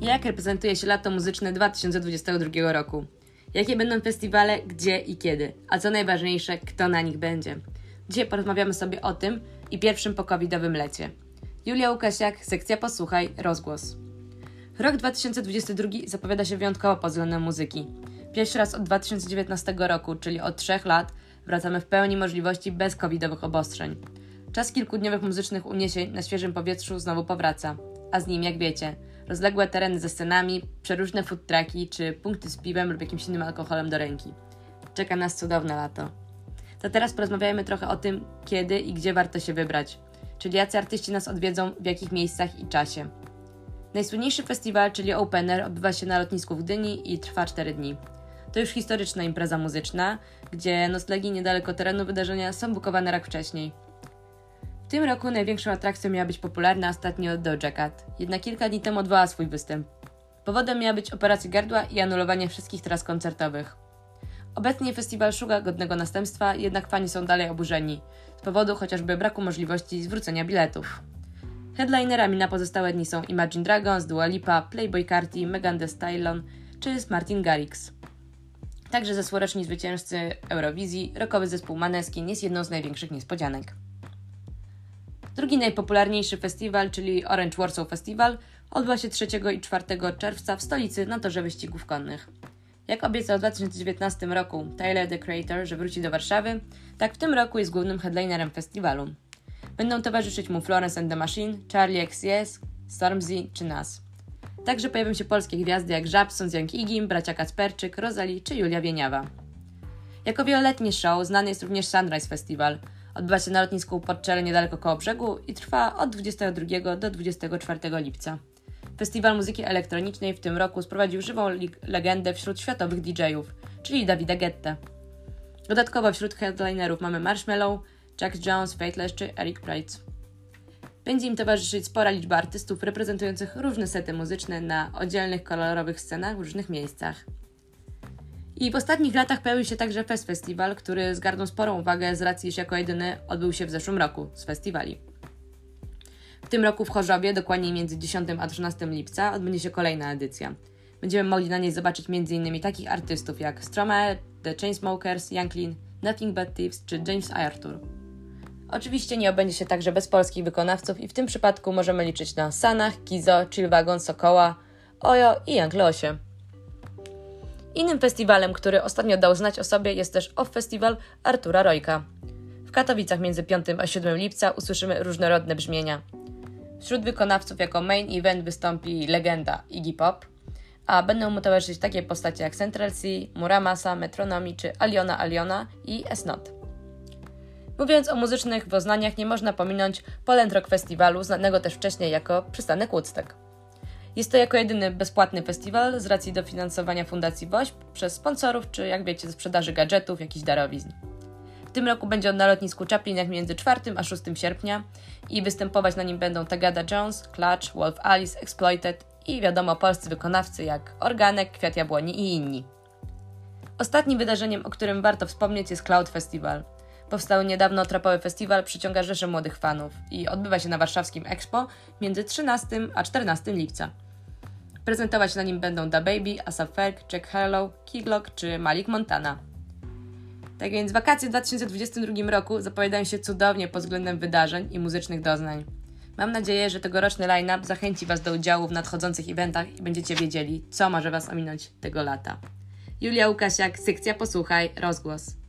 Jak reprezentuje się lato muzyczne 2022 roku? Jakie będą festiwale, gdzie i kiedy? A co najważniejsze, kto na nich będzie? Dzisiaj porozmawiamy sobie o tym i pierwszym po-covidowym lecie. Julia Łukasiak, sekcja Posłuchaj, rozgłos. Rok 2022 zapowiada się wyjątkowo pod względem muzyki. Pierwszy raz od 2019 roku, czyli od 3 lat, wracamy w pełni możliwości bez covidowych obostrzeń. Czas kilkudniowych muzycznych uniesień na świeżym powietrzu znowu powraca. A z nim, jak wiecie, rozległe tereny ze scenami, przeróżne food trucki czy punkty z piwem lub jakimś innym alkoholem do ręki. Czeka nas cudowne lato. To teraz porozmawiajmy trochę o tym, kiedy i gdzie warto się wybrać, czyli jacy artyści nas odwiedzą, w jakich miejscach i czasie. Najsłynniejszy festiwal, czyli Opener, odbywa się na lotnisku w Gdyni i trwa 4 dni. To już historyczna impreza muzyczna, gdzie noclegi niedaleko terenu wydarzenia są bukowane rok wcześniej. W tym roku największą atrakcją miała być popularna ostatnio Doja Cat, jednak kilka dni temu odwołała swój występ. Powodem miała być operacja gardła i anulowanie wszystkich tras koncertowych. Obecnie festiwal szuka godnego następstwa, jednak fani są dalej oburzeni, z powodu chociażby braku możliwości zwrócenia biletów. Headlinerami na pozostałe dni są Imagine Dragons, Dua Lipa, Playboi Carti, Megan Thee Stallion czy Martin Garrix. Także zeszłoroczni zwycięzcy Eurowizji, rockowy zespół Måneskin jest jedną z największych niespodzianek. Drugi najpopularniejszy festiwal, czyli Orange Warsaw Festival, odbywa się 3 i 4 czerwca w stolicy na torze wyścigów konnych. Jak obiecał w 2019 roku Tyler, the Creator, że wróci do Warszawy, tak w tym roku jest głównym headlinerem festiwalu. Będą towarzyszyć mu Florence and the Machine, Charli XCX, Stormzy czy Nas. Także pojawią się polskie gwiazdy jak Żabson z Young Igim, bracia Kacperczyk, Rosalie czy Julia Wieniawa. Jako wieloletni show znany jest również Sunrise Festival. Odbywa się na lotnisku Podczele niedaleko Kołobrzegu i trwa od 22 do 24 lipca. Festiwal muzyki elektronicznej w tym roku sprowadził żywą legendę wśród światowych DJ-ów, czyli Davida Guettę. Dodatkowo wśród headlinerów mamy Marshmello, Jack Jones, Faithless czy Eric Prydz. Będzie im towarzyszyć spora liczba artystów reprezentujących różne sety muzyczne na oddzielnych, kolorowych scenach w różnych miejscach. I w ostatnich latach pojawił się także Fest Festival, który zgarnął sporą uwagę z racji, iż jako jedyny odbył się w zeszłym roku z festiwali. W tym roku w Chorzowie, dokładniej między 10 a 13 lipca, odbędzie się kolejna edycja. Będziemy mogli na niej zobaczyć m.in. takich artystów jak Stromae, The Chainsmokers, Young Lean, Nothing But Thieves czy James Arthur. Oczywiście nie obędzie się także bez polskich wykonawców i w tym przypadku możemy liczyć na Sanach, Kizo, Chillwagon, Sokoła, Ojo i Young Losie. Innym festiwalem, który ostatnio dał znać o sobie, jest też Off Festival Artura Rojka. W Katowicach między 5 a 7 lipca usłyszymy różnorodne brzmienia. Wśród wykonawców jako main event wystąpi legenda Iggy Pop, a będą mu towarzyszyć takie postacie jak Central C, Muramasa, Metronomy czy Aliona i S-Not. Mówiąc o muzycznych doznaniach, nie można pominąć Poland Rock Festiwalu, znanego też wcześniej jako Przystanek Woodstock. Jest to jako jedyny bezpłatny festiwal z racji dofinansowania Fundacji WOŚP przez sponsorów czy, jak wiecie, ze sprzedaży gadżetów, jakichś darowizn. W tym roku będzie on na lotnisku Chaplinek między 4 a 6 sierpnia i występować na nim będą Tagada Jones, Clutch, Wolf Alice, Exploited i wiadomo polscy wykonawcy jak Organek, Kwiat Jabłoni i inni. Ostatnim wydarzeniem, o którym warto wspomnieć, jest Cloud Festival. Powstał niedawno trapowy festiwal, przyciąga rzesze młodych fanów i odbywa się na warszawskim Expo między 13 a 14 lipca. Prezentować na nim będą DaBaby, A$AP Ferg, Jack Harlow, Key Glock czy Malik Montana. Tak więc wakacje w 2022 roku zapowiadają się cudownie pod względem wydarzeń i muzycznych doznań. Mam nadzieję, że tegoroczny line-up zachęci Was do udziału w nadchodzących eventach i będziecie wiedzieli, co może Was ominąć tego lata. Julia Łukasiak, sekcja Posłuchaj, rozgłos.